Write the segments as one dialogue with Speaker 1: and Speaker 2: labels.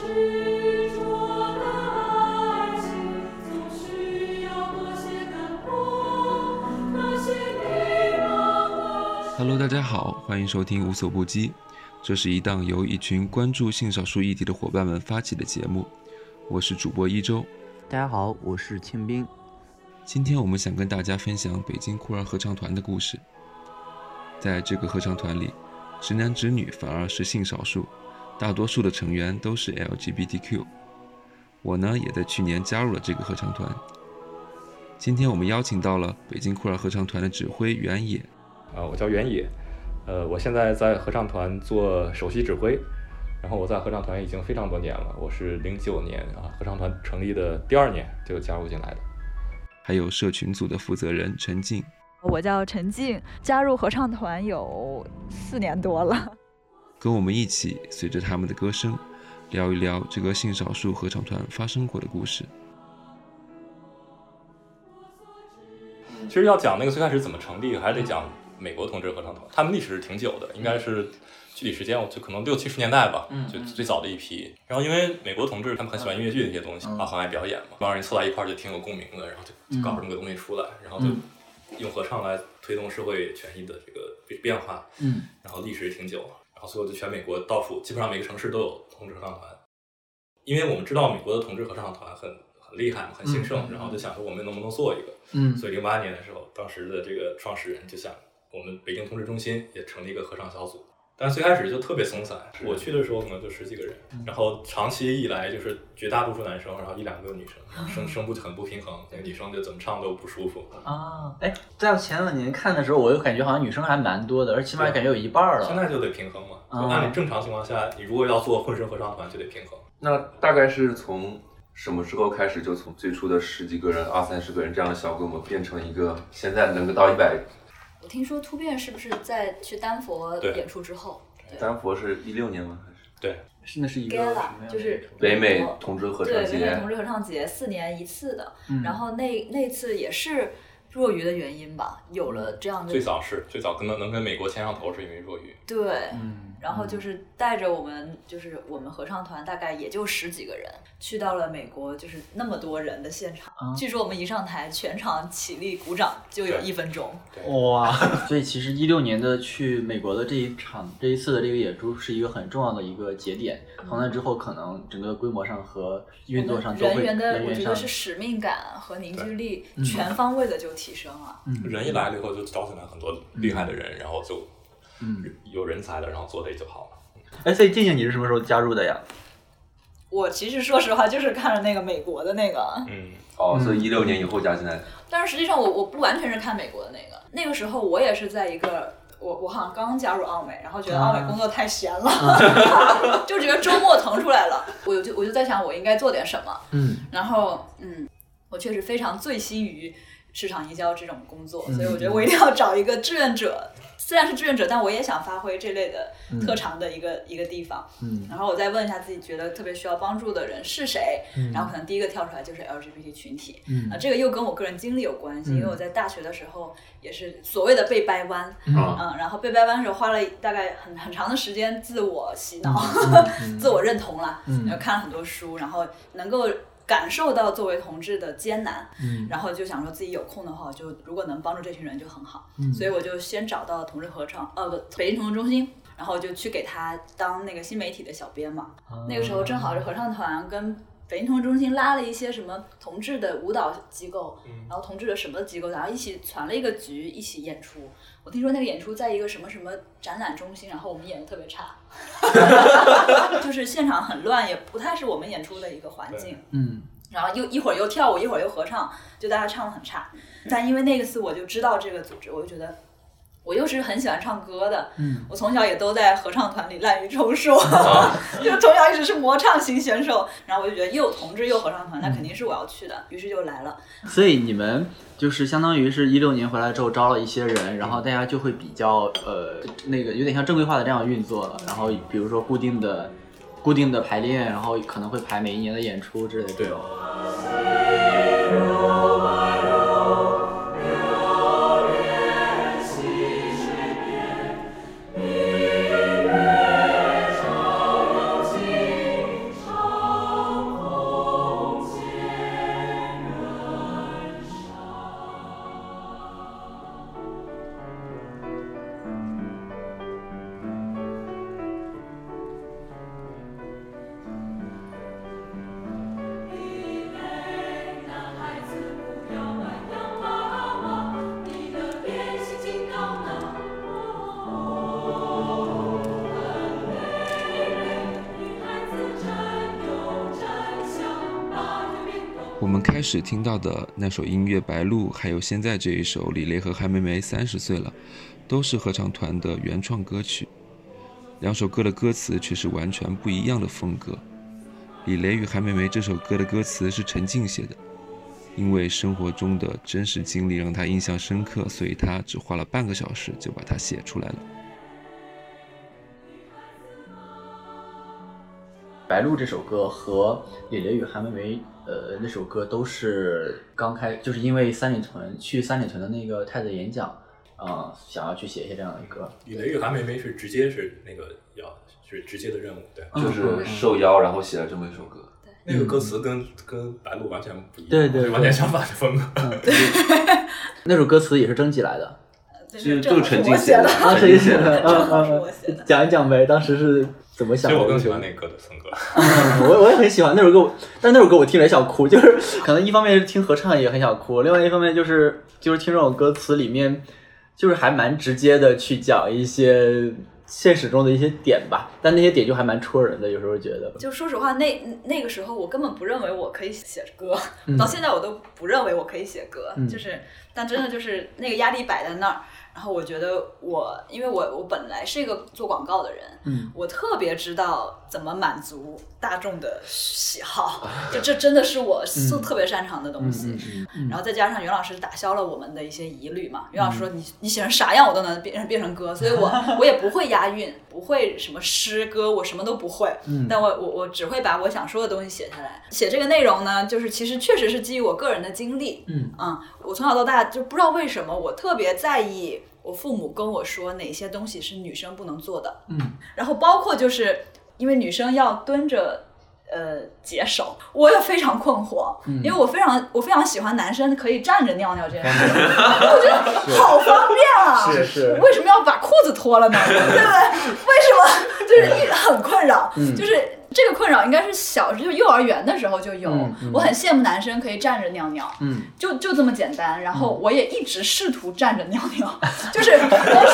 Speaker 1: Hello， 大家好，欢迎收听无所不击。这是一档由一群关注性少数议题的伙伴们发起的节目，我是主播一周。
Speaker 2: 大家好，我是庆斌。
Speaker 1: 今天我们想跟大家分享北京酷儿合唱团的故事。在这个合唱团里，直男直女反而是性少数，大多数的成员都是 LGBTQ。我呢，也在去年加入了这个合唱团。今天我们邀请到了北京酷儿合唱团的指挥袁野。
Speaker 3: 我叫袁野，我现在在合唱团做首席指挥，然后我在合唱团已经非常多年了，我是09年合唱团成立的第2年就加入进来的。
Speaker 1: 还有社群组的负责人陈静。
Speaker 4: 我叫陈静，加入合唱团有4年多了。
Speaker 1: 跟我们一起随着他们的歌声聊一聊这个性少数合唱团发生过的故事。
Speaker 3: 其实要讲那个最开始怎么成立，还得讲美国同志合唱团，他们历史是挺久的，应该是具体时间就可能60、70年代吧，就最早的一批。然后因为美国同志他们很喜欢音乐剧的一些东西，很爱表演嘛，帮人凑在一块就挺有共鸣的，然后就搞这么个东西出来，然后就用合唱来推动社会权益的这个变化。然后历史也挺久，然后所有的全美国到处基本上每个城市都有同志合唱团。因为我们知道美国的同志合唱团很厉害，很兴盛，然后就想说我们能不能做一个。所以08年的时候，当时的这个创始人就想我们北京同志中心也成立一个合唱小组，但是最开始就特别松散，我去的时候可能就10几个人，然后长期以来就是绝大多数男生，然后1、2个女生，声部就很不平衡，那个女生就怎么唱都不舒服
Speaker 2: 啊。在前2年看的时候，我就感觉好像女生还蛮多的，而起码感觉有一半了。
Speaker 3: 现在就得平衡嘛，就按你正常情况下，你如果要做混声合唱团就得平衡。
Speaker 5: 那大概是从什么时候开始，就从最初的10几个人、20-30个人这样的小规模，变成一个现在能够到100？
Speaker 6: 我听说突变是不是在去丹佛演出之后？
Speaker 5: 丹佛是16年吗？还是？
Speaker 3: 对，
Speaker 2: 那是一个
Speaker 6: 就是
Speaker 5: 北美同志合唱节，
Speaker 6: 对，北美同志合唱节4年1次的。然后那次也是若愚的原因吧，有了这样的。
Speaker 3: 最早能跟美国牵上头是因为若愚。
Speaker 6: 对，然后就是带着我们，就是我们合唱团大概也就10几个人，去到了美国，就是那么多人的现场。据说我们一上台，全场起立鼓掌就有1分钟。
Speaker 2: 哇！所以其实16年的去美国的这一次的这个演出是一个很重要的一个节点。从那之后，可能整个规模上和运作上都会
Speaker 6: 我觉得是使命感和凝聚力全方位的就提升了。
Speaker 3: 人一来了以后，就招进来很多厉害的人，然后就有人才的，然后做的也就好了。
Speaker 2: 所以静静你是什么时候加入的呀？
Speaker 6: 我其实说实话就是看着那个美国的那个，
Speaker 5: 所以16年以后加进来的。
Speaker 6: 但是实际上我不完全是看美国的那个时候我也是在一个我好像刚加入奥美，然后觉得奥美工作太闲了，就觉得周末腾出来了，我就在想我应该做点什么，然后我确实非常醉心于市场营销这种工作，所以我觉得我一定要找一个志愿者，虽然是志愿者，但我也想发挥这类的特长的一个地方。然后我再问一下自己觉得特别需要帮助的人是谁，然后可能第一个跳出来就是 LGBT 群体。这个又跟我个人经历有关系，因为我在大学的时候也是所谓的被掰弯，然后被掰弯的时候花了大概很长的时间自我洗脑，自我认同了，然后看了很多书，然后能够感受到作为同志的艰难，然后就想说自己有空的话，就如果能帮助这群人就很好，所以我就先找到同志合唱，北京同志中心，然后就去给他当那个新媒体的小编嘛。那个时候正好是合唱团跟北京同志中心拉了一些什么同志的舞蹈机构，然后同志的什么机构，然后一起传了一个局，一起演出。我听说那个演出在一个什么什么展览中心，然后我们演的特别差，就是现场很乱，也不太是我们演出的一个环境。然后一会儿又跳舞，一会儿又合唱，就大家唱得很差。但因为那个次我就知道这个组织，我就觉得我又是很喜欢唱歌的，我从小也都在合唱团里滥竽充数，就从小一直是模唱型选手，然后我就觉得又同志又合唱团，那肯定是我要去的，于是就来了。
Speaker 2: 所以你们就是相当于是16年回来之后招了一些人，然后大家就会比较那个有点像正规化的这样运作了，然后比如说固定的排练，然后可能会排每一年的演出之类的这种。
Speaker 1: 我们开始听到的那首音乐《白鹭》，还有现在这一首李雷和韩梅梅30岁了，都是合唱团的原创歌曲。两首歌的歌词却是完全不一样的风格。李雷与韩梅梅这首歌的歌词是陈静写的，因为生活中的真实经历让他印象深刻，所以他只花了半个小时就把它写出来了。
Speaker 2: 白鹭这首歌和李雷与韩梅梅那首歌都是就是因为去三里屯的那个太子演讲，想要去写一些这样的歌。
Speaker 3: 李雷与韩梅梅是直接是那个是直接的任务，对，
Speaker 5: 就是受邀然后写了这么一首歌。
Speaker 3: 那个歌词跟白鹭完全不一样，
Speaker 2: 对，
Speaker 3: 完全相反的风格。
Speaker 2: 那首歌词也是征集来的，
Speaker 5: 就是陈静写的，
Speaker 2: 陈静写的，讲一讲呗，当时是怎么想的？
Speaker 3: 其实我更喜欢那歌的风格。
Speaker 2: 我也很喜欢那首歌，但那首歌我听了也想哭，就是可能一方面是听合唱也很想哭，另外一方面就是听这种歌词里面，就是还蛮直接的去讲一些现实中的一些点吧，但那些点就还蛮戳人的，有时候觉得。
Speaker 6: 就说实话，那个时候我根本不认为我可以写歌，到现在我都不认为我可以写歌，但真的就是那个压力摆在那儿。然后我觉得因为我本来是一个做广告的人，我特别知道怎么满足大众的喜好，就这真的是我特别擅长的东西。然后再加上袁老师打消了我们的一些疑虑嘛，袁老师说你写成啥样我都能变成歌，所以我也不会押韵，不会什么诗歌，我什么都不会，但我只会把我想说的东西写下来。写这个内容呢，就是其实确实是基于我个人的经历，我从小到大就不知道为什么我特别在意我父母跟我说哪些东西是女生不能做的，然后包括就是因为女生要蹲着解手，我也非常困惑，因为我非常喜欢男生可以站着尿尿这件事情，我觉得好方便啊，
Speaker 2: 是
Speaker 6: 为什么要把裤子脱了呢？对不对？为什么就是一直很困扰，就是这个困扰应该是就幼儿园的时候就有，我很羡慕男生可以站着尿尿，就这么简单。然后我也一直试图站着尿尿，就是因为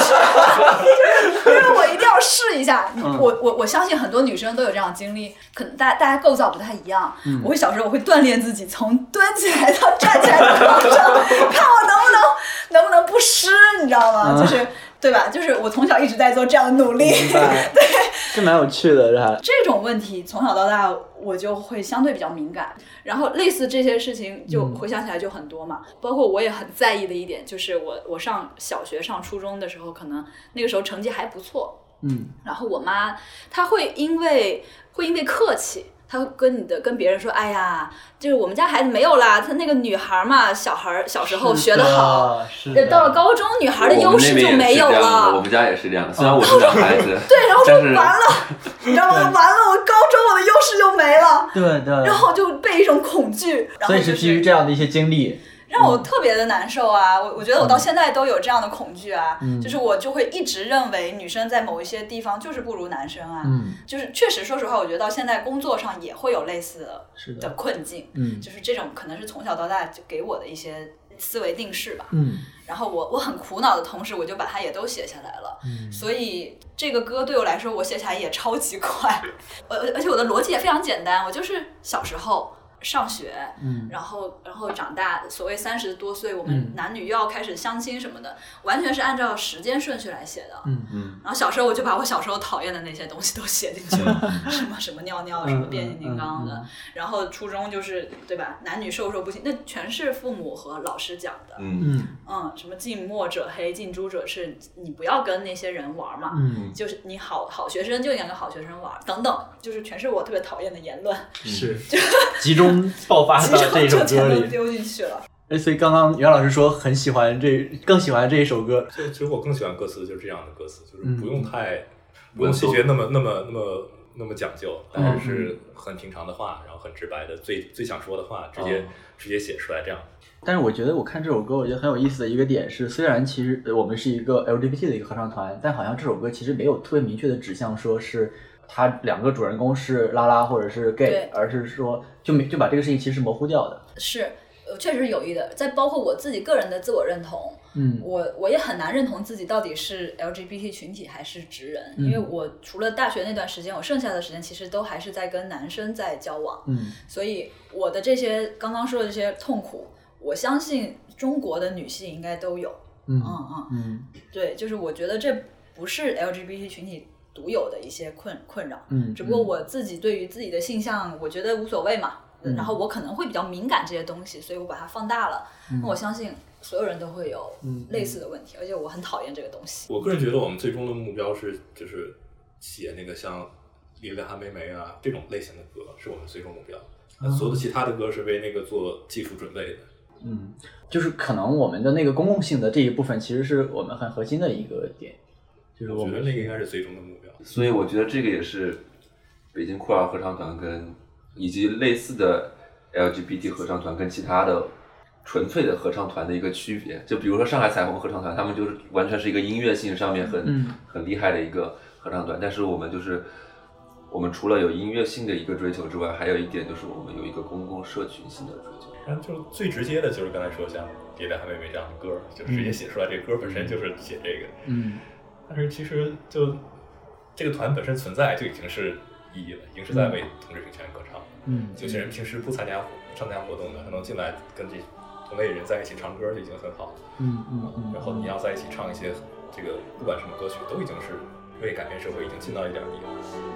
Speaker 6: 我一定要试一下。我相信很多女生都有这样的经历，可能大家构造不太一样。我小时候我会锻炼自己，从蹲起来到站起来的过程，看我能不能不湿，你知道吗？就是对吧？就是我从小一直在做这样的努力，对，
Speaker 2: 是蛮有趣的，是吧？
Speaker 6: 这种问题从小到大我就会相对比较敏感，然后类似这些事情就回想起来就很多嘛。包括我也很在意的一点就是我上小学上初中的时候，可能那个时候成绩还不错，然后我妈她会因为客气，他会跟别人说，哎呀，就是我们家孩子没有啦，他那个女孩嘛，小时候学得好，到了高中女孩的优势就没有了。
Speaker 5: 我们家也是这样的，虽然我是男孩子，
Speaker 6: 对，然后就完了，你知道吗？完了，我高中我的优势就没了，
Speaker 2: 对，
Speaker 6: 然后就被一种恐惧，然后
Speaker 2: 所以是基于这样的一些经历。
Speaker 6: 让我特别的难受啊！我觉得我到现在都有这样的恐惧啊，就是我就会一直认为女生在某一些地方就是不如男生啊，就是确实说实话，我觉得到现在工作上也会有类似的困境，就是这种可能是从小到大就给我的一些思维定式吧，然后我很苦恼的同时，我就把它也都写下来了，所以这个歌对我来说，我写起来也超级快，而且我的逻辑也非常简单，我就是小时候上学，然后长大，所谓30多岁，我们男女又要开始相亲什么的，完全是按照时间顺序来写的。然后小时候我就把我小时候讨厌的那些东西都写进去了，什么尿尿，什么变形金刚的。然后初中就是对吧，男女授受不亲，那全是父母和老师讲的。什么近墨者黑，近朱者赤，你不要跟那些人玩嘛。就是你好学生就应该跟好学生玩，等等，就是全是我特别讨厌的言论。
Speaker 2: 是，集中爆发到这一首歌里，
Speaker 6: 丢进去了。
Speaker 2: 所以刚刚袁老师说更喜欢这一首歌，
Speaker 3: 其实我更喜欢歌词，就是这样的歌词，就是不用细节那么讲究，但是很平常的话，然后很直白的最想说的话，直接写出来这样。
Speaker 2: 但是我觉得我看这首歌，我觉得很有意思的一个点是，虽然其实我们是一个 LGBT 的一个合唱团，但好像这首歌其实没有特别明确的指向说是他两个主人公是拉拉或者是 gay， 而是说就把这个事情其实模糊掉的。
Speaker 6: 是，确实是有意的。再包括我自己个人的自我认同， 我也很难认同自己到底是 LGBT 群体还是直人，因为我除了大学那段时间，我剩下的时间其实都还是在跟男生在交往，所以我的这些刚刚说的这些痛苦，我相信中国的女性应该都有，对，就是我觉得这不是 LGBT 群体独有的一些困扰，只不过我自己对于自己的性向，我觉得无所谓嘛，然后我可能会比较敏感这些东西，所以我把它放大了。那我相信所有人都会有类似的问题，而且我很讨厌这个东西。
Speaker 3: 我个人觉得我们最终的目标就是写那个像莉莉哈梅梅啊这种类型的歌是我们最终目标，所有的其他的歌是为那个做技术准备的。
Speaker 2: 就是可能我们的那个公共性的这一部分，其实是我们很核心的一个点。就是
Speaker 3: 我觉得那个应该是最终的目标，
Speaker 5: 所以我觉得这个也是北京酷儿合唱团以及类似的 LGBT 合唱团跟其他的纯粹的合唱团的一个区别。就比如说上海彩虹合唱团，他们就是完全是一个音乐性上面很厉害的一个合唱团，但是我们除了有音乐性的一个追求之外，还有一点就是我们有一个公共社群性的追求。
Speaker 3: 就最直接的就是刚才说像莉莉哈梅梅这样的歌，就直接写出来，这个歌本身就是写这个。但是其实就这个团本身存在就已经是意义了，已经是在为同志平权歌唱。有些人平时不参加活动的，可能进来跟这同类人在一起唱歌就已经很好。然后你要在一起唱一些这个不管什么歌曲，都已经是为改变社会已经尽到一点力了。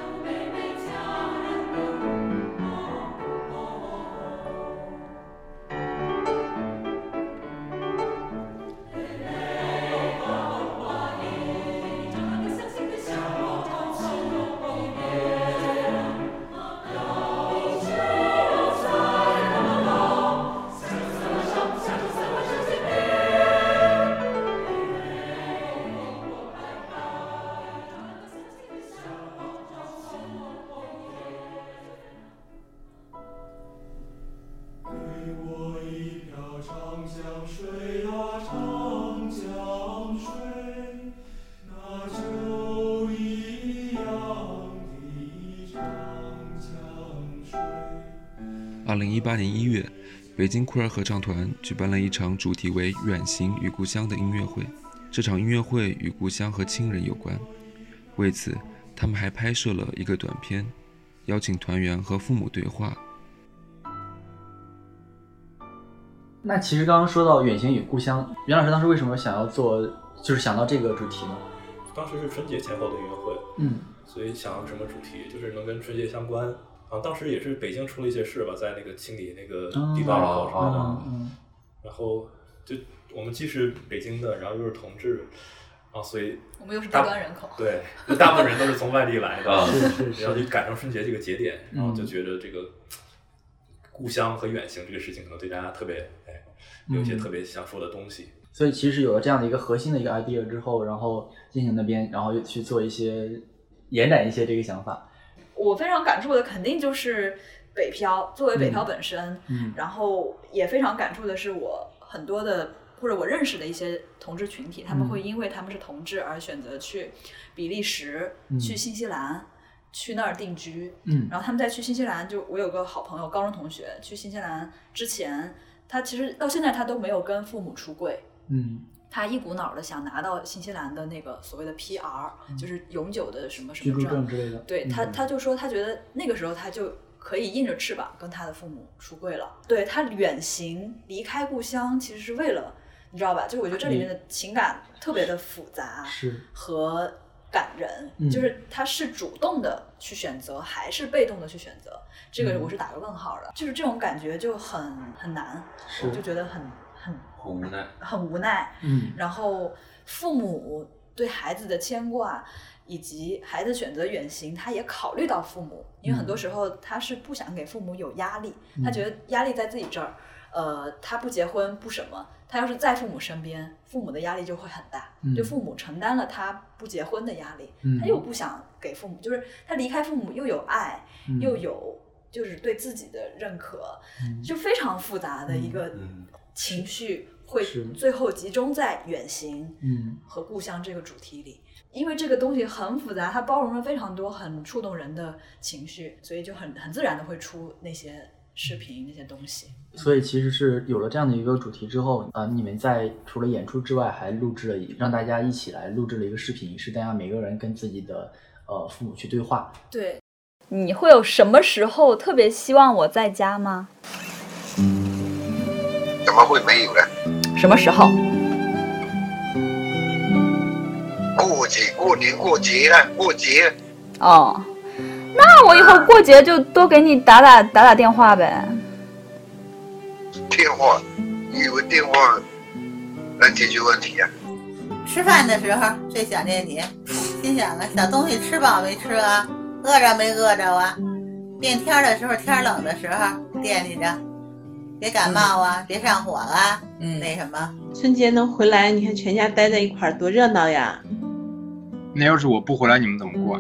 Speaker 1: 2018年1月，北京酷儿合唱团举办了一场主题为远行与故乡的音乐会。这场音乐会与故乡和亲人有关，为此他们还拍摄了一个短片，邀请团员和父母对话。
Speaker 2: 那其实刚刚说到远行与故乡，袁老师当时为什么想要做，就是想到这个主题呢？
Speaker 3: 当时是春节前后的音乐会，所以想要什么主题，就是能跟春节相关。当时也是北京出了一些事吧，在那个清理那个地道口上，然后就我们既是北京的，然后又是同志，所以
Speaker 6: 我们又是低端人口，
Speaker 3: 对，大部分人都是从外地来的，
Speaker 2: 是
Speaker 3: 然后就赶上春节这个节点，然后就觉得这个故乡和远行这个事情可能对大家特别有一些特别想说的东西。
Speaker 2: 所以其实有了这样的一个核心的一个 idea 之后，然后进行那边，然后又去做一些延展一些这个想法。
Speaker 6: 我非常感触的肯定就是北漂，作为北漂本身，然后也非常感触的是我很多的或者我认识的一些同志群体，他们会因为他们是同志而选择去比利时、去新西兰，去那儿定居。然后他们再去新西兰，就我有个好朋友，高中同学，去新西兰之前，他其实到现在他都没有跟父母出柜。他一股脑的想拿到新西兰的那个所谓的 PR，就是永久的什么什么
Speaker 2: 居住证之类的。
Speaker 6: 对，他就说他觉得那个时候他就可以硬着翅膀跟他的父母出柜了。对，他远行离开故乡其实是为了，你知道吧，就是我觉得这里面的情感特别的复杂和感人，就是他是主动的去选择还是被动的去选择，这个我是打个问号的。就是这种感觉就很难，我就觉得很无奈，然后父母对孩子的牵挂，以及孩子选择远行，他也考虑到父母，因为很多时候他是不想给父母有压力，他觉得压力在自己这儿，他不结婚不什么，他要是在父母身边，父母的压力就会很大，就父母承担了他不结婚的压力，他又不想给父母，就是他离开父母又有爱，又有就是对自己的认可，就非常复杂的一个情绪会最后集中在远行和故乡这个主题里，因为这个东西很复杂，它包容了非常多很触动人的情绪，所以就很自然的会出那些视频那些东西。
Speaker 2: 所以其实是有了这样的一个主题之后，你们在除了演出之外，还录制了让大家一起来录制了一个视频，是大家每个人跟自己的父母去对话。
Speaker 6: 对，
Speaker 4: 你会有什么时候特别希望我在家吗？
Speaker 7: 怎么会没有呢？
Speaker 4: 什么时候？
Speaker 7: 过年过节了，过节。
Speaker 4: 哦，那我以后过节就多给你打电话呗。
Speaker 7: 电话，你以为电话能解决问题啊？
Speaker 8: 吃饭的时候最想念你，心想啊，小东西吃饱没吃啊？饿着没饿着啊？变天的时候，天冷的时候惦记着，别感冒啊，别上火啊，那什么。
Speaker 9: 春节能回来，你看全家待在一块儿多热闹呀！
Speaker 10: 那要是我不回来，你们怎么过？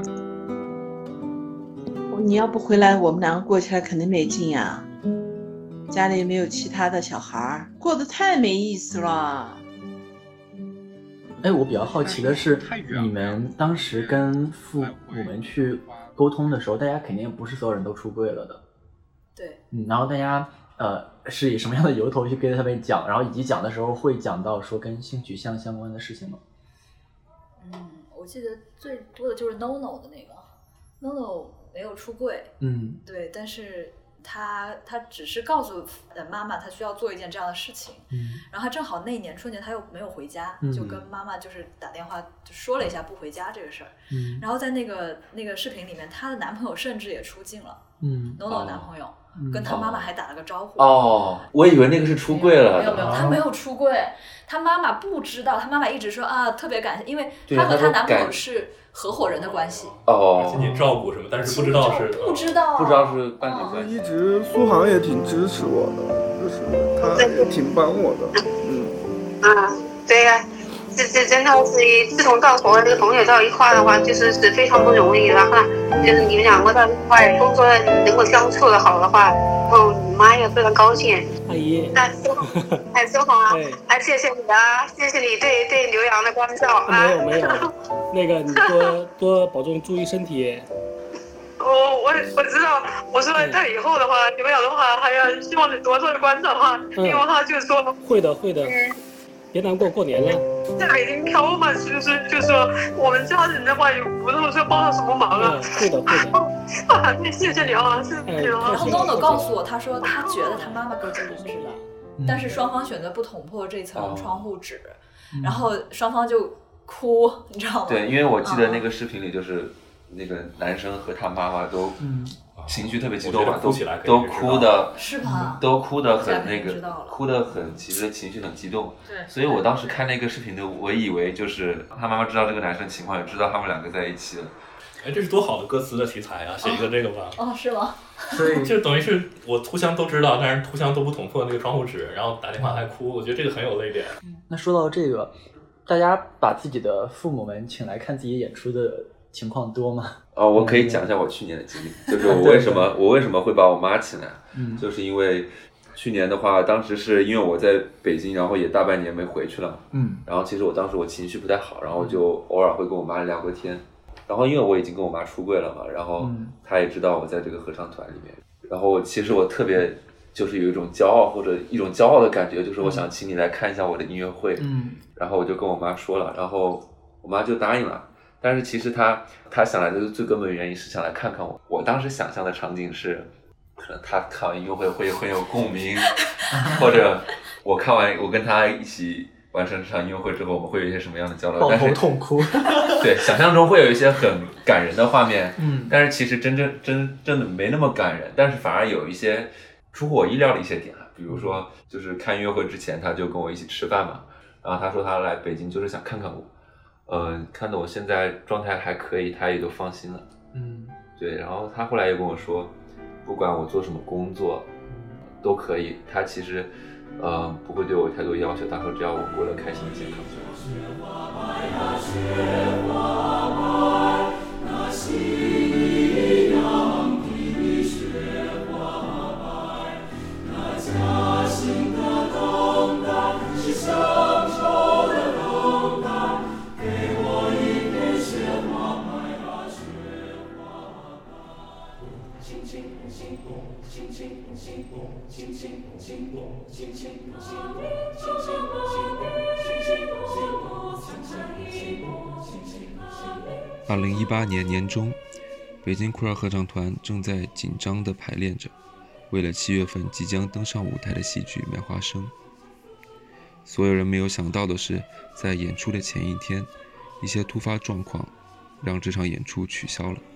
Speaker 9: 你要不回来，我们两个过起来肯定没劲呀。家里没有其他的小孩，过得太没意思了。
Speaker 2: 哎，我比较好奇的是，你们当时跟父母们去沟通的时候，大家肯定不是所有人都出柜了的。
Speaker 6: 对，
Speaker 2: 然后大家是以什么样的由头去跟他们讲，然后以及讲的时候会讲到说跟性取向相关的事情吗？
Speaker 6: 我记得最多的就是 NONO 的那个 NONO 没有出柜，对，但是他只是告诉妈妈他需要做一件这样的事情，然后他正好那一年春节他又没有回家，就跟妈妈就是打电话就说了一下不回家这个事儿，然后在那个视频里面，她的男朋友甚至也出镜了，NONO 男朋友跟他妈妈还打了个招呼。
Speaker 5: 我以为那个是出柜了。
Speaker 6: 没有，他没有出柜，他妈妈不知道，他妈妈一直说啊特别感谢，因为她和她男朋友是合伙人的关系，
Speaker 3: 经济照顾什么，但是不知道是
Speaker 5: 伴侣关系。
Speaker 11: 一直苏杭也挺支持我的，就是他也挺帮我的。
Speaker 12: 对呀，这真的是自从到和这个朋友到一块的话，就是非常不容易的哈。就是你们两个到一块，工作能够相处的好的话，然后你妈也非常高兴。
Speaker 13: 阿姨，
Speaker 12: 苏杭啊，谢谢你啊，谢谢你对刘洋的关照啊。
Speaker 13: 没有，那个你多保重，注意身体。
Speaker 12: 我知道，我说他以后的话，刘洋的话还要希望你多做关照哈，因为他就是说
Speaker 13: 会的，别难过，过年了。
Speaker 12: 在北京漂嘛，就是说我们家人的话也不能说帮上什么忙啊。
Speaker 13: 会的。
Speaker 12: 谢谢你啊，谢谢你啊。
Speaker 6: 然后 NONO 告诉我，他说他觉得他妈妈更支持他，但是双方选择不捅破这层窗户纸，然后双方就哭，你知道吗？
Speaker 5: 对，因为我记得那个视频里就是那个男生和他妈妈都情绪特别激动嘛，都哭的，
Speaker 6: 是吧？
Speaker 5: 都哭的很那个，哭的很，其实情绪很激动。
Speaker 6: 对，
Speaker 5: 所以我当时看那个视频的，我以为就是他妈妈知道这个男生情况，也知道他们两个在一起了。
Speaker 3: 哎，这是多好的歌词的题材啊！写一个这个吧。
Speaker 6: 是吗？
Speaker 2: 所以
Speaker 3: 就等于是我互相都知道，但是互相都不捅破那个窗户纸，然后打电话还哭，我觉得这个很有泪点。
Speaker 2: 那说到这个，大家把自己的父母们请来看自己演出的情况多吗？
Speaker 5: 我可以讲一下我去年的经历，就是我为什么会把我妈请来，就是因为去年的话，当时是因为我在北京，然后也大半年没回去了，然后其实我当时情绪不太好，然后就偶尔会跟我妈聊个天，然后因为我已经跟我妈出柜了嘛，然后她也知道我在这个合唱团里面，然后其实我特别就是有一种骄傲或者一种骄傲的感觉，就是我想请你来看一下我的音乐会，然后我就跟我妈说了，然后我妈就答应了。但是其实他想来的最根本原因是想来看看我。我当时想象的场景是，可能他看完音乐会会很有共鸣，或者我跟他一起完成这场音乐会之后，我们会有一些什么样的交流？
Speaker 2: 抱头痛哭。
Speaker 5: 对，想象中会有一些很感人的画面，但是其实真的没那么感人，但是反而有一些出乎我意料的一些点，比如说就是看音乐会之前他就跟我一起吃饭嘛，然后他说他来北京就是想看看我。看到我现在状态还可以，他也就放心了。对，然后他后来也跟我说，不管我做什么工作，都可以。他其实，不会对我太多要求。他说只要我过得开心健康就好。
Speaker 1: 2018年年中，北京酷儿合唱团正在紧张地排练着，为了7月份即将登上舞台的戏剧《麦花生》。所有人没有想到的是，在演出的前一天，一些突发状况让这场演出取消了。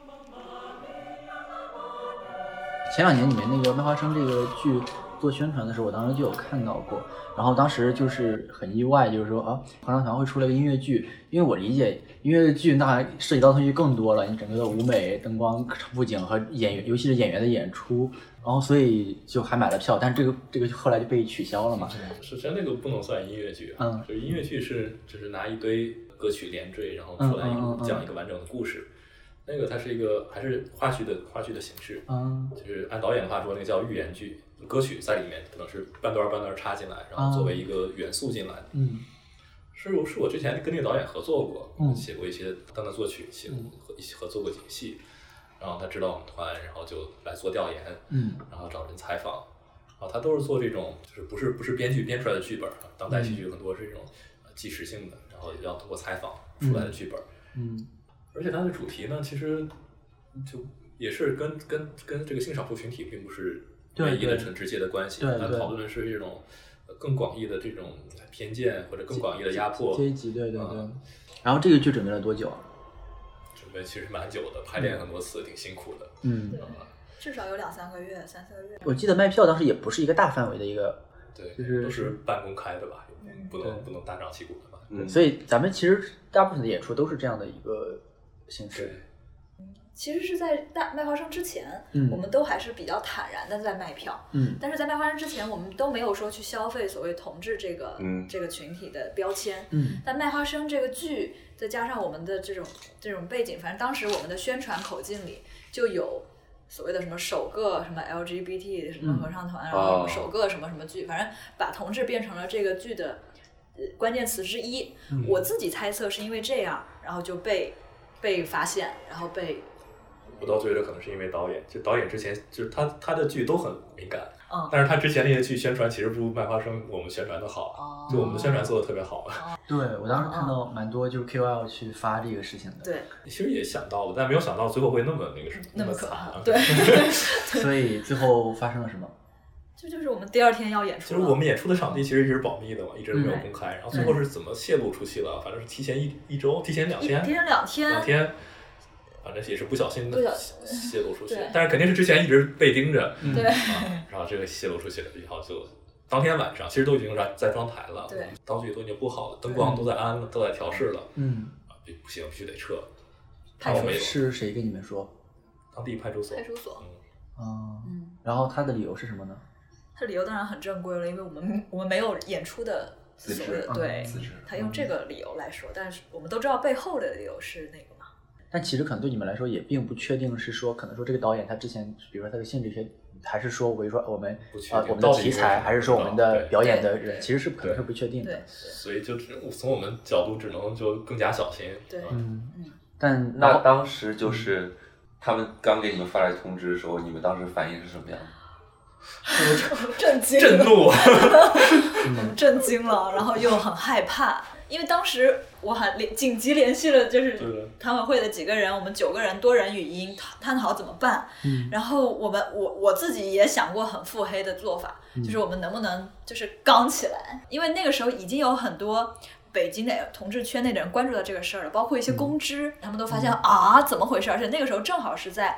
Speaker 2: 前2年里面那个《麦花生》这个剧做宣传的时候，我当时就有看到过，然后当时就是很意外，就是说合唱团会出来个音乐剧，因为我理解音乐剧那涉及到的东西更多了，你整个的舞美、灯光、布景和演员，尤其是演员的演出，然后所以就还买了票，但是这个后来就被取消了嘛。
Speaker 3: 首先那个不能算音乐剧，就是音乐剧就是拿一堆歌曲连缀，然后出来讲一个完整的故事。那个它是一个还是话剧的形式，就是按导演的话说，那个叫寓言剧，歌曲在里面可能是半段插进来，然后作为一个元素进来。是我之前跟那个导演合作过，写过一些当他作曲，一起合作过几个戏，然后他知道我们团，然后就来做调研，然后找人采访，然后他都是做这种就是不是编剧编出来的剧本，当代戏剧很多是这种纪实性的，然后要通过采访出来的剧本。而且它的主题呢，其实就也是跟这个性少数群体并不是唯一的很直接的关系，它讨论的是这种更广义的这种偏见或者更广义的压迫
Speaker 2: 阶级，对。然后这个剧准备了多久？
Speaker 3: 准备其实蛮久的，排练很多次，挺辛苦的。
Speaker 6: 至少有2-3个月、3-4个月。
Speaker 2: 我记得卖票当时也不是一个大范围的一个，
Speaker 3: 对，
Speaker 2: 就是
Speaker 3: 都是半公开的吧，不能大张旗鼓的吧。
Speaker 2: 所以咱们其实大部分的演出都是这样的一个形式。
Speaker 6: 其实是在卖花生之前，我们都还是比较坦然的在卖票，但是在卖花生之前，我们都没有说去消费所谓同志这个群体的标签，但卖花生这个剧，再加上我们的这种背景，反正当时我们的宣传口径里就有所谓的什么首个什么 LGBT 什么合唱团，然后首个什么什么剧，反正把同志变成了这个剧的关键词之一。我自己猜测是因为这样，然后就被发现，然后被。
Speaker 3: 我倒觉得可能是因为导演，就导演之前就是他的剧都很敏感，但是他之前那些剧宣传其实不如麦花生我们宣传的好，就我们的宣传做的特别好。
Speaker 2: 对，我当时看到蛮多就是 KOL 去发这个事情的。
Speaker 6: 对，
Speaker 3: 其实也想到了，但没有想到最后会那么
Speaker 6: 可怕。
Speaker 3: 对，
Speaker 2: 所以最后发生了什么？
Speaker 6: 这就是我们第2天要演出。
Speaker 3: 就是我们演出的场地其实一直是保密的嘛，一直没有公开，然后最后是怎么泄露出去了？反正是提前一周，提前2天。反正也是不小心的泄露出去，但是肯定是之前一直被盯着，然后这个泄露出去了以后，就当天晚上其实都已经在装台了，道具都已经布好了，灯光都在安了，都在调试了，不行，必须得撤。
Speaker 2: 派出所是谁跟你们说？
Speaker 3: 当地派出所。
Speaker 2: 然后他的理由是什么呢？
Speaker 6: 他的理由当然很正规了，因为我们没有演出的
Speaker 5: 资质，
Speaker 6: 对，他用这个理由来说，但是我们都知道背后的理由是那个。
Speaker 2: 但其实可能对你们来说也并不确定，是说可能说这个导演他之前，比如说他的性质学，还是说比如说我们的题材，还是说我们的表演的人，其实是可能是不确定的。
Speaker 3: 所以就从我们角度只能就更加小心。
Speaker 6: 对，
Speaker 2: 但
Speaker 5: 那当时就是他们刚给你们发来通知的时候，你们当时反应是什么样的？
Speaker 6: 震惊、
Speaker 3: 震怒，
Speaker 6: 震惊了，然后又很害怕。因为当时我紧急联系了就是团委会的几个人，我们9个人多人语音探讨怎么办。然后我自己也想过很腹黑的做法，就是我们能不能就是刚起来，因为那个时候已经有很多北京的同志圈内的人关注到这个事儿了，包括一些公知，他们都发现怎么回事？而且那个时候正好是在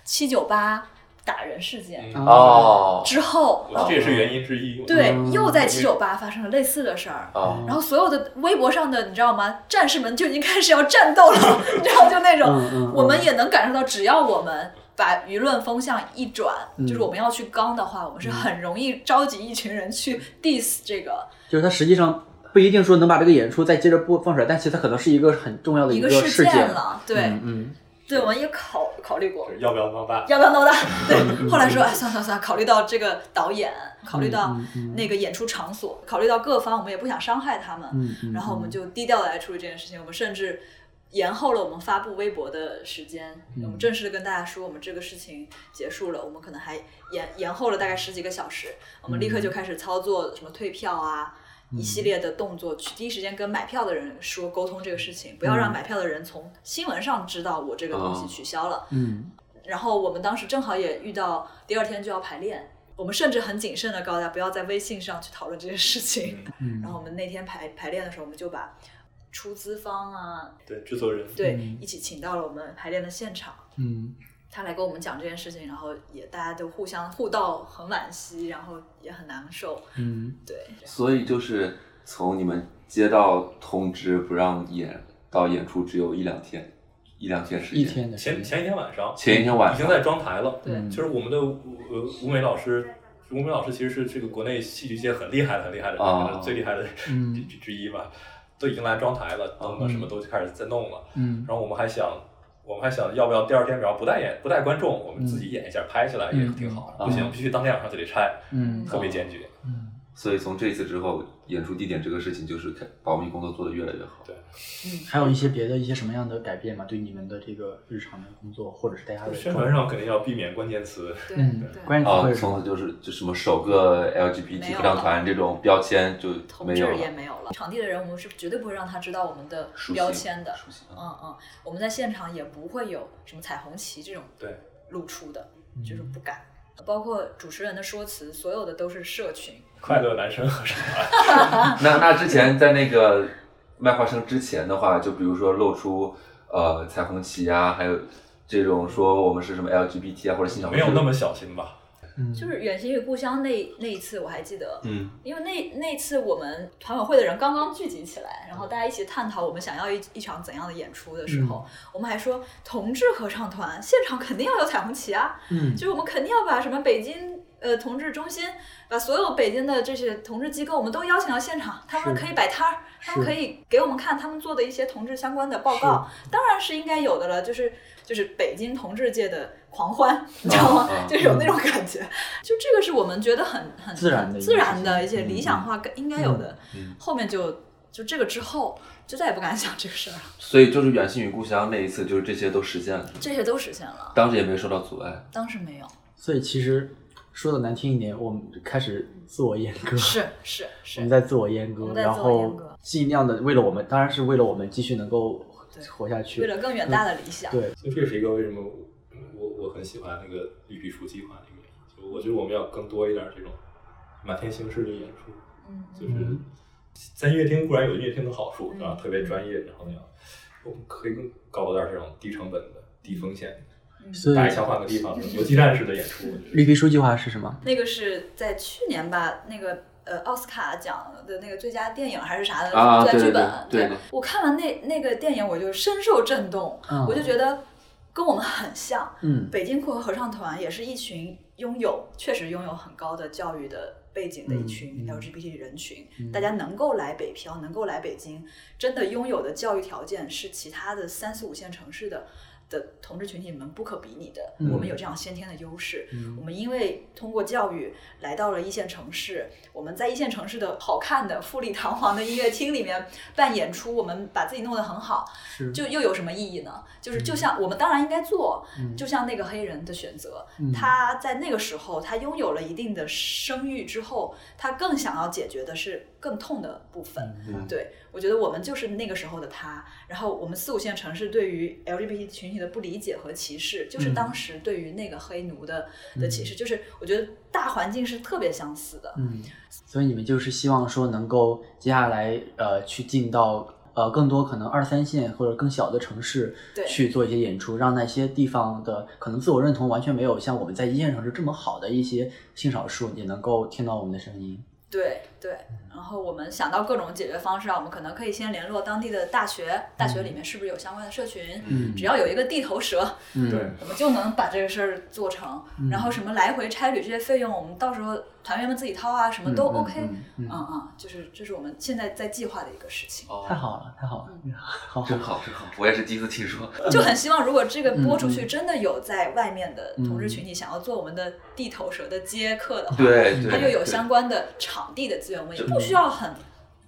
Speaker 6: 798打人事件之后，
Speaker 3: 这也是原因之一。
Speaker 6: 对，又在798发生了类似的事儿，然后所有的微博上的你知道吗？战士们就已经开始要战斗了，你知道就那种，我们也能感受到，只要我们把舆论风向一转，就是我们要去刚的话，我们是很容易召集一群人去 diss 这个。
Speaker 2: 就是它实际上不一定说能把这个演出再接着播放出来，但其实它可能是一个很重要的
Speaker 6: 一
Speaker 2: 个
Speaker 6: 事
Speaker 2: 件
Speaker 6: 了，对，对，我们也考虑过
Speaker 3: 要不要闹大，
Speaker 6: 对，后来说算了，考虑到这个导演，考虑到那个演出场所，考虑到各方，我们也不想伤害他们，然后我们就低调的来处理这件事情。我们甚至延后了我们发布微博的时间，我们正式的跟大家说我们这个事情结束了，我们可能还延后了大概10几个小时，我们立刻就开始操作什么退票啊，一系列的动作，去第一时间跟买票的人说沟通这个事情，不要让买票的人从新闻上知道我这个东西取消了。然后我们当时正好也遇到第2天就要排练，我们甚至很谨慎的告诉大家不要在微信上去讨论这件事情。然后我们那天排练的时候，我们就把出资方啊，
Speaker 3: 对，制作人，
Speaker 6: 对，一起请到了我们排练的现场。他来跟我们讲这件事情，然后也大家都互道很惋惜，然后也很难受。对。
Speaker 5: 所以就是从你们接到通知不让演到演出只有一两天时间。
Speaker 13: 1天的时间。
Speaker 3: 前一天晚上
Speaker 5: 已
Speaker 3: 经在装台了。
Speaker 6: 对，
Speaker 3: 就是我们的吴梅老师其实是这个国内戏剧界很厉害的最厉害的之一吧。都已经来装台了，灯啊什么都开始在弄了。然后我们还想要不要第2天，然后不带观众，我们自己演一下，拍下来也挺好。不行，必须当天晚上就得拆。特别坚决。
Speaker 5: 所以从这一次之后，演出地点这个事情就是保密工作做得越来越好。
Speaker 3: 对。
Speaker 2: 还有一些什么样的改变吗？对你们的这个日常的工作，或者是大家的
Speaker 3: 宣传上肯定要避免关键词。
Speaker 2: 关键词会
Speaker 5: 从就是什么首个 LGBT 合唱团这种标签就没有了，
Speaker 6: 同志也没有了。场地的人我们是绝对不会让他知道我们的标签的。我们在现场也不会有什么彩虹旗这种露出的，就是不敢。包括主持人的说辞，所有的都是社群。
Speaker 3: 快乐男生合唱团。
Speaker 5: 那之前在那个麦花生之前的话，就比如说露出彩虹旗啊，还有这种说我们是什么 LGBT 啊或者性少数，
Speaker 3: 没有那么小心吧。
Speaker 6: 就是远行与故乡那一次我还记得，因为那次我们团委会的人刚刚聚集起来，然后大家一起探讨我们想要一场怎样的演出的时候，我们还说同志合唱团现场肯定要有彩虹旗啊，就是我们肯定要把什么北京同志中心，把所有北京的这些同志机构我们都邀请到现场，他们可以摆摊儿，他们可以给我们看他们做的一些同志相关的报告，当然是应该有的了，就是北京同志界的狂欢，你知道吗？就有那种感觉，就这个是我们觉得很
Speaker 2: 自然
Speaker 6: 的一些理想化应该有的。后面就这个之后就再也不敢想这个事儿了。
Speaker 5: 所以就是远行与故乡那一次，就是这些都实现了。
Speaker 6: 这些都实现了，
Speaker 5: 当时也没受到阻碍。
Speaker 6: 当时没有。
Speaker 2: 所以其实说的难听一点，我们开始自我阉割。
Speaker 6: 是。
Speaker 2: 我们在自我阉割，然后尽量的为了我们，当然是为了我们继续能够活下去，
Speaker 6: 为了更远大的理想。
Speaker 2: 对，
Speaker 3: 所以这是一个为什么我很喜欢那个绿皮书计划的一个原因，就我觉得我们要更多一点这种满天星式的演出。就是在音乐厅固然有音乐厅的好处，特别专业，然后那样我们可以更搞点这种低成本的、低风险的，大一小换个地方，游击战式的演出。
Speaker 2: 绿皮书计划是什么？
Speaker 6: 那个是在去年吧，那个奥斯卡奖的那个最佳电影还是啥的最佳剧本。对，我看完那个电影，我就深受震动，我就觉得跟我们很像。北京酷儿合唱团也是一群确实拥有很高的教育的背景的一群 LGBT 人群，大家能够来北漂，能够来北京，真的拥有的教育条件是其他的3、4、5线城市的同志群体们不可比拟的。我们有这样先天的优势。我们因为通过教育来到了1线城市，我们在1线城市的好看的富丽堂皇的音乐厅里面办演出，我们把自己弄得很好，就又有什么意义呢？就像我们当然应该做，就像那个黑人的选择，他在那个时候他拥有了一定的声誉之后，他更想要解决的是更痛的部分。对，我觉得我们就是那个时候的他。然后我们4、5线城市对于 LGBT 群体的不理解和歧视，就是当时对于那个黑奴的歧视，就是我觉得大环境是特别相似的。
Speaker 2: 所以你们就是希望说能够接下来去进到更多可能2、3线或者更小的城市去做一些演出，让那些地方的可能自我认同完全没有像我们在1线城市这么好的一些性少数也能够听到我们的声音。
Speaker 6: 对，然后我们想到各种解决方式啊，我们可能可以先联络当地的大学里面是不是有相关的社群，只要有一个地头蛇，我们就能把这个事儿做成。然后什么来回差旅这些费用，我们到时候团员们自己掏啊，什么都 OK。就是这是我们现在在计划的一个事情。
Speaker 2: 太好了，
Speaker 5: 真好，我也是第一次听说。
Speaker 6: 就很希望如果这个播出去，真的有在外面的同志群体想要做我们的地头蛇的接客的话，它又有相关的场地的资源，我们也不需要很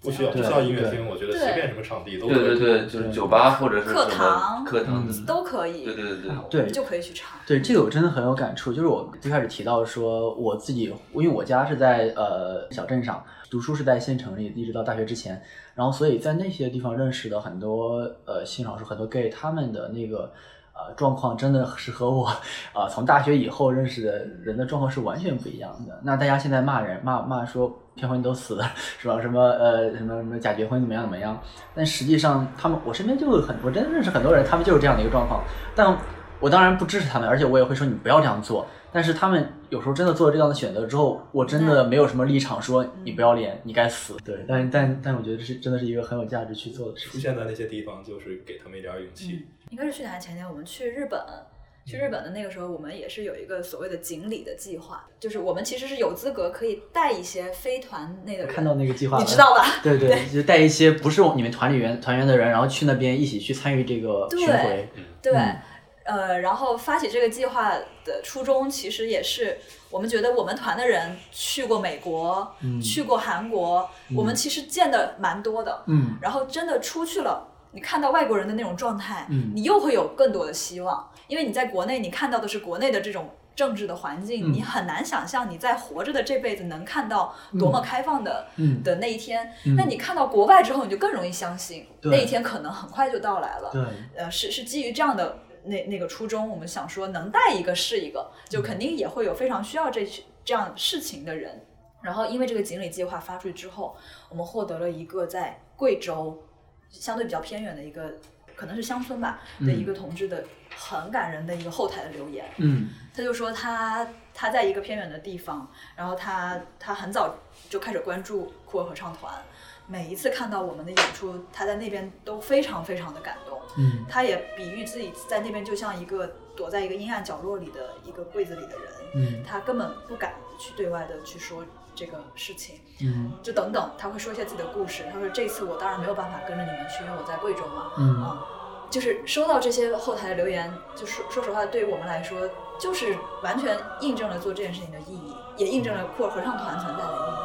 Speaker 3: 不需要音乐厅，我觉得随便什么场地都可以。
Speaker 5: 对，就是酒吧或者是
Speaker 6: 课堂都可以。
Speaker 2: 对，
Speaker 6: 就可以去唱。
Speaker 2: 对，这个我真的很有感触。就是我最开始提到说我自己，因为我家是在小镇上，读书是在县城里，一直到大学之前，然后所以在那些地方认识的很多性少数，很多 gay， 他们的那个状况真的是和我从大学以后认识的人的状况是完全不一样的。那大家现在骂人骂说骗婚都死了是吧？什么假结婚怎么样？但实际上我身边就有我真的认识很多人，他们就是这样的一个状况。但我当然不支持他们，而且我也会说你不要这样做。但是他们有时候真的做了这样的选择之后，我真的没有什么立场说你不要脸，你该死。对，但我觉得这真的是一个很有价值去做的事情。
Speaker 3: 出现在那些地方，就是给他们一点勇气。
Speaker 6: 应该是去年还是前年，我们去日本。去日本的那个时候，我们也是有一个所谓的锦鲤的计划，就是我们其实是有资格可以带一些非团内的人。
Speaker 2: 看到那个计划了，
Speaker 6: 你知道吧？
Speaker 2: 对，就带一些不是你们团员的人，然后去那边一起去参与这个巡回。
Speaker 6: 对，然后发起这个计划的初衷，其实也是我们觉得我们团的人去过美国，去过韩国，我们其实见的蛮多的。然后真的出去了。你看到外国人的那种状态，你又会有更多的希望，因为你在国内你看到的是国内的这种政治的环境，你很难想象你在活着的这辈子能看到多么开放的那一天。那你看到国外之后，你就更容易相信那一天可能很快就到来了。对，是基于这样的那个初衷，我们想说能带一个是一个，就肯定也会有非常需要这样事情的人。然后因为这个锦鲤计划发出去之后，我们获得了一个在贵州相对比较偏远的一个可能是乡村吧的一个同志的很感人的一个后台的留言。他就说他在一个偏远的地方，然后他很早就开始关注酷儿合唱团，每一次看到我们的演出，他在那边都非常非常的感动。他也比喻自己在那边就像一个躲在一个阴暗角落里的一个柜子里的人，他根本不敢去对外的去说这个事情。就等等，他会说一些自己的故事。他说这次我当然没有办法跟着你们去，因为我在贵州嘛。就是收到这些后台的留言，就是说实话，对于我们来说，就是完全印证了做这件事情的意义，也印证了酷儿合唱团存在的意义。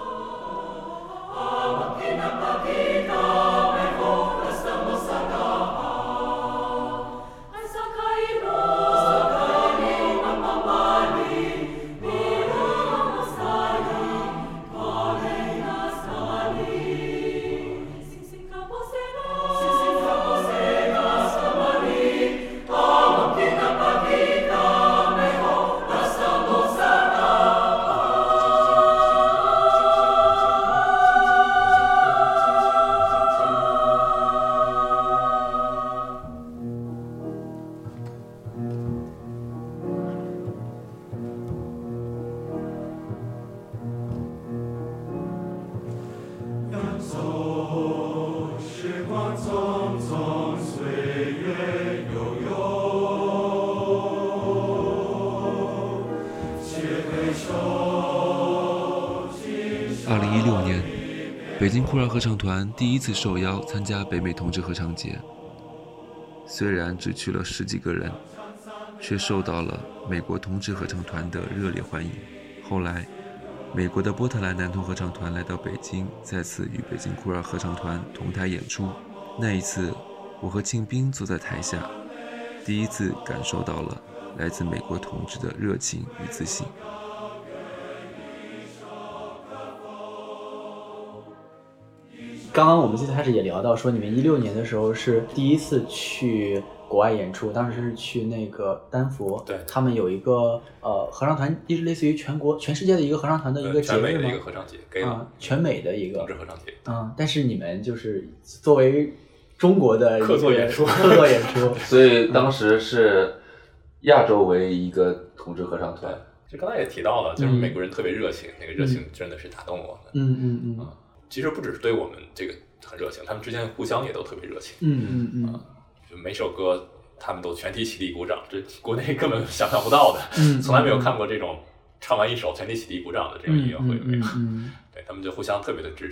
Speaker 1: 2016年，北京酷儿合唱团第一次受邀参加北美同志合唱节。虽然只去了10几个人，却受到了美国同志合唱团的热烈欢迎。后来，美国的波特兰男童合唱团来到北京，再次与北京酷儿合唱团同台演出。那一次，我和庆斌坐在台下，第一次感受到了来自美国同志的热情与自信。
Speaker 2: 刚刚我们最开始也聊到说，你们16年的时候是第一次去国外演出，当时是去那个丹佛，
Speaker 3: 对，
Speaker 2: 他们有一个合唱团，类似于全世界的一个合唱团的一个节日吗？
Speaker 3: 全美的一个合唱节，
Speaker 2: 全美的一个
Speaker 3: 同志合唱节。
Speaker 2: 但是你们就是作为中国的
Speaker 3: 客座演出，
Speaker 5: 所以当时是亚洲唯一一个同志合唱团。
Speaker 3: 就刚才也提到了，就是美国人特别热情，那个热情真的是打动我们。其实不只是对我们这个很热情，他们之间互相也都特别热情。就每首歌他们都全体起立鼓掌，这国内根本想象不到的，从来没有看过这种唱完一首全体起立鼓掌的这种音乐会，没有。对，他们就互相特别的支持。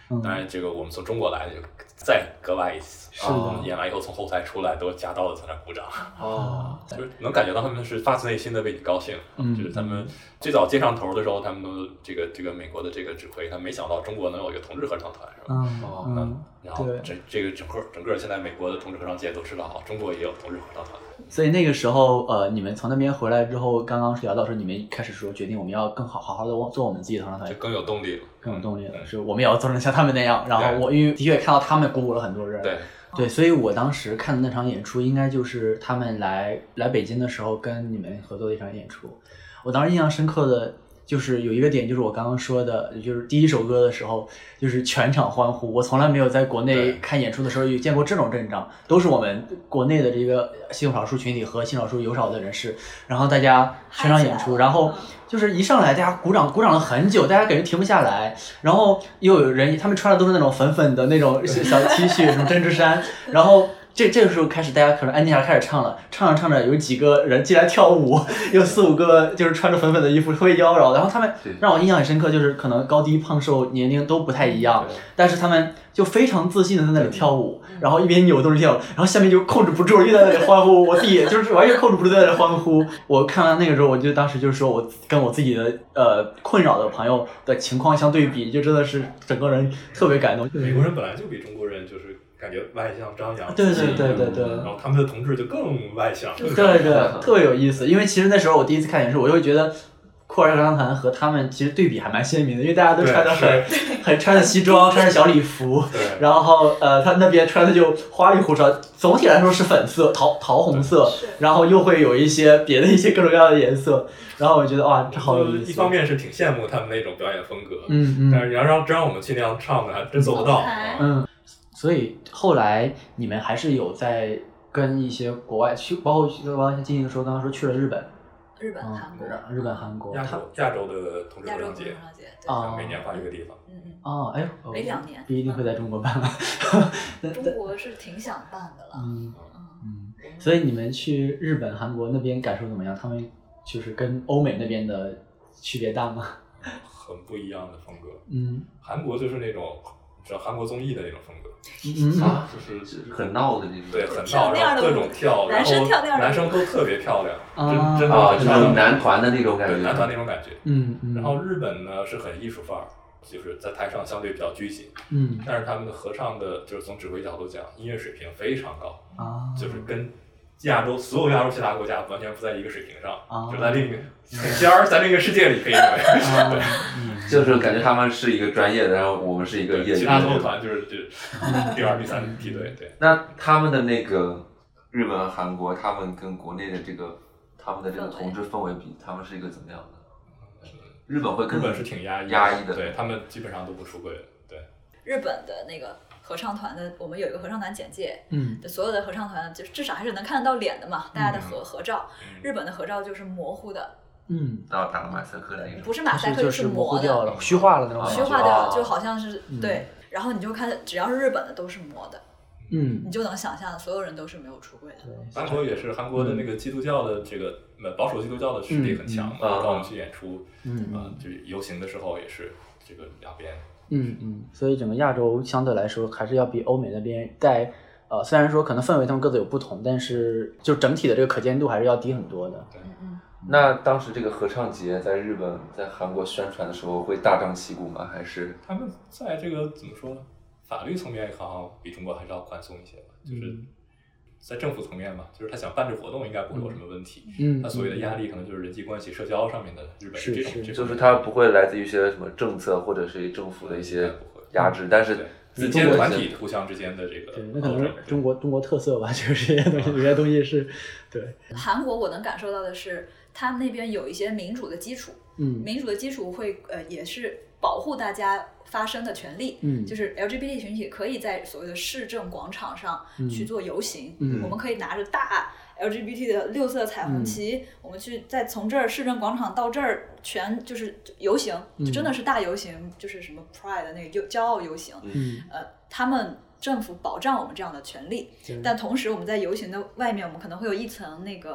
Speaker 3: 当然这个我们从中国来的就再格外一次，
Speaker 2: 是的
Speaker 3: 我们演完以后从后台出来都夹道的在那鼓掌，
Speaker 2: 就是
Speaker 3: 能感觉到他们是发自内心的为你高兴，就是他们最早接上头的时候，他们都这个美国的这个指挥，他没想到中国能有一个同志合唱团，是吧？然后这个整个现在美国的同志合唱界都知道，中国也有同志合唱团。
Speaker 2: 所以那个时候，你们从那边回来之后，刚刚聊到说你们开始说决定我们要更好好的做我们自己的合唱团，
Speaker 3: 就更有动力了，
Speaker 2: 更有动力了，是我们也要做成像他们那样。然后我因为的确看到他们鼓舞了很多人，对，所以我当时看的那场演出，应该就是他们来北京的时候跟你们合作的一场演出。我当时印象深刻的就是有一个点，就是我刚刚说的，就是第一首歌的时候，就是全场欢呼。我从来没有在国内看演出的时候有见过这种阵仗，都是我们国内的这个性少数群体和性少数有少的人士，然后大家全场演出，然后就是一上来大家鼓掌了很久，大家感觉停不下来，然后又有人他们穿的都是那种粉粉的那种小 T 恤，什么针织衫，然后这个时候开始，大家可能安静下来开始唱了，唱着有几个人进来跳舞，有4-5个就是穿着粉粉的衣服会妖娆，然后他们让我印象很深刻，就是可能高低胖瘦年龄都不太一样，但是他们就非常自信的在那里跳舞，然后一边扭动着跳，然后下面就控制不住，又在那里欢呼，我自己也就是完全控制不住在那里欢呼。我看完那个时候，我就当时就是说我跟我自己的困扰的朋友的情况相对比，就真的是整个人特别感动。
Speaker 3: 美国人本来就比中国人就是感觉外向张扬，
Speaker 2: 对，
Speaker 3: 然后他们的同志就更外向，
Speaker 2: 对，特别有意思。因为其实那时候我第一次看演出，我就会觉得酷儿合唱团和他们其实对比还蛮鲜明的，因为大家都穿的很穿着西装，穿着小礼服，然后他那边穿的就花里胡哨，总体来说是粉色、桃红色，然后又会有一些别的一些各种各样的颜色，然后我觉得哇，这好有意思。
Speaker 3: 一方面是挺羡慕他们那种表演风格，但是你要让我们去那样唱的，还真做不到。
Speaker 2: 所以后来你们还是有在跟一些国外去，包括像金晶说刚刚说去了日本、韩国、
Speaker 3: 亚洲的同志合唱节，每年换一个地方。
Speaker 2: 每
Speaker 6: 2年
Speaker 2: 不一定会在中国办了。
Speaker 6: 中国是挺想办的了。
Speaker 2: 所以你们去日本、韩国那边感受怎么样？他们就是跟欧美那边的区别大吗？
Speaker 3: 很不一样的风格。韩国就是那种。韩国综艺的那种风格，
Speaker 5: 就是很闹的那种，
Speaker 3: 对，很闹，然后各种跳，然后男生都特别漂亮，真
Speaker 5: 的就是男团的那种感觉，
Speaker 3: 男团那种感觉。然后日本呢是很艺术范儿，就是在台上相对比较拘谨，但是他们的合唱的，就是从指挥角度讲，音乐水平非常高，就是跟所有亚洲其他国家完全不在一个水平上，就在另一个很尖儿，在另一个世界里可以认为，对。
Speaker 5: 就是感觉他们是一个专业的，然后我们是一个业余的，
Speaker 3: 其他所有团就是第2、第3梯队。对，
Speaker 5: 那他们的那个日本、韩国，他们跟国内的他们的这个同志氛围比，他们是一个怎么样的？日本
Speaker 3: 是挺压抑
Speaker 5: 的，
Speaker 3: 对，他们基本上都不出柜的。对，
Speaker 6: 日本的那个合唱团的，我们有一个合唱团简介，所有的合唱团就至少还是能看得到脸的嘛，大家的合照。日本的合照就是模糊的。
Speaker 5: 然后打个马赛克的那种，
Speaker 6: 不是马赛克，就是磨的，
Speaker 2: 虚化了那种，
Speaker 6: 虚化掉，就好像是对。然后你就看，只要是日本的都是磨的，你就能想象所有人都是没有出柜的。
Speaker 3: 韩国也是，韩国的那个基督教的这个保守基督教的势力很强嘛，当我们去演出，就是游行的时候也是这个两边。
Speaker 2: 所以整个亚洲相对来说还是要比欧美那边在虽然说可能氛围他们各自有不同，但是就整体的这个可见度还是要低很多的。
Speaker 5: 那当时这个合唱节在日本、在韩国宣传的时候会大张旗鼓吗？还是
Speaker 3: 他们在这个怎么说呢？法律层面好像比中国还是要宽松一些吧，就是在政府层面嘛，就是他想办这活动应该不会有什么问题。他所谓的压力可能就是人际关系、社交上面的日本这种，
Speaker 5: 就是他不会来自于一些什么政策或者是政府的一些压制，但是
Speaker 3: 民间团体互相之间的这个，
Speaker 2: 对，那可能是中国特色吧，就是这些东西，有些东西是对。
Speaker 6: 韩国我能感受到的是，他们那边有一些民主的基础，民主的基础会也是保护大家发声的权利，就是 LGBT 群体可以在所谓的市政广场上去做游行，我们可以拿着大 LGBT 的6色彩虹旗，我们去再从这儿市政广场到这儿全就是游行，就真的是大游行，就是什么 Pride 的那个骄傲游行，他们政府保障我们这样的权利，但同时我们在游行的外面，我们可能会有一层那个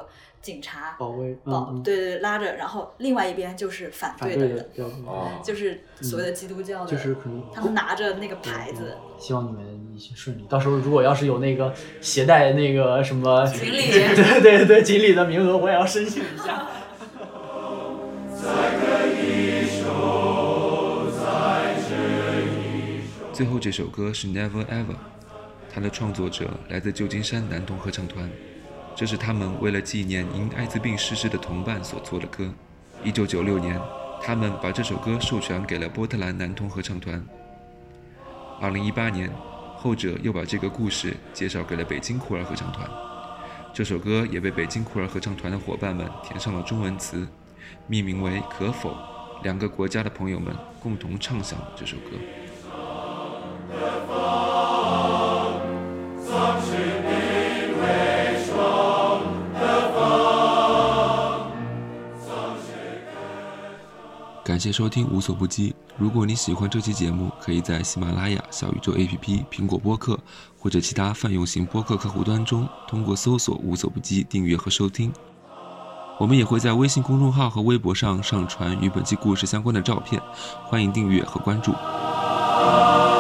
Speaker 6: 警察
Speaker 2: 保卫，
Speaker 6: 对拉着，然后另外一边就是反对的人，就是所谓的基督教的，
Speaker 2: 就是可能
Speaker 6: 他们拿着那个牌子。
Speaker 2: 希望你们一切顺利。到时候如果要是有那个携带那个什么
Speaker 6: 锦鲤，
Speaker 2: 对锦鲤的名额，我也要申请一下。
Speaker 1: 最后这首歌是 Never Ever， 它的创作者来自旧金山男童合唱团，这是他们为了纪念因艾滋病逝世的同伴所做的歌。1996年，他们把这首歌授权给了波特兰男童合唱团。2018年，后者又把这个故事介绍给了北京酷儿合唱团。这首歌也被北京酷儿合唱团的伙伴们填上了中文词，命名为《可否》，两个国家的朋友们共同唱响了这首歌。感谢收听无所不击。如果你喜欢这期节目，可以在喜马拉雅、小宇宙 APP、苹果播客或者其他泛用型播客客户端中，通过搜索无所不击订阅和收听。我们也会在微信公众号和微博上上传与本期故事相关的照片，欢迎订阅和关注。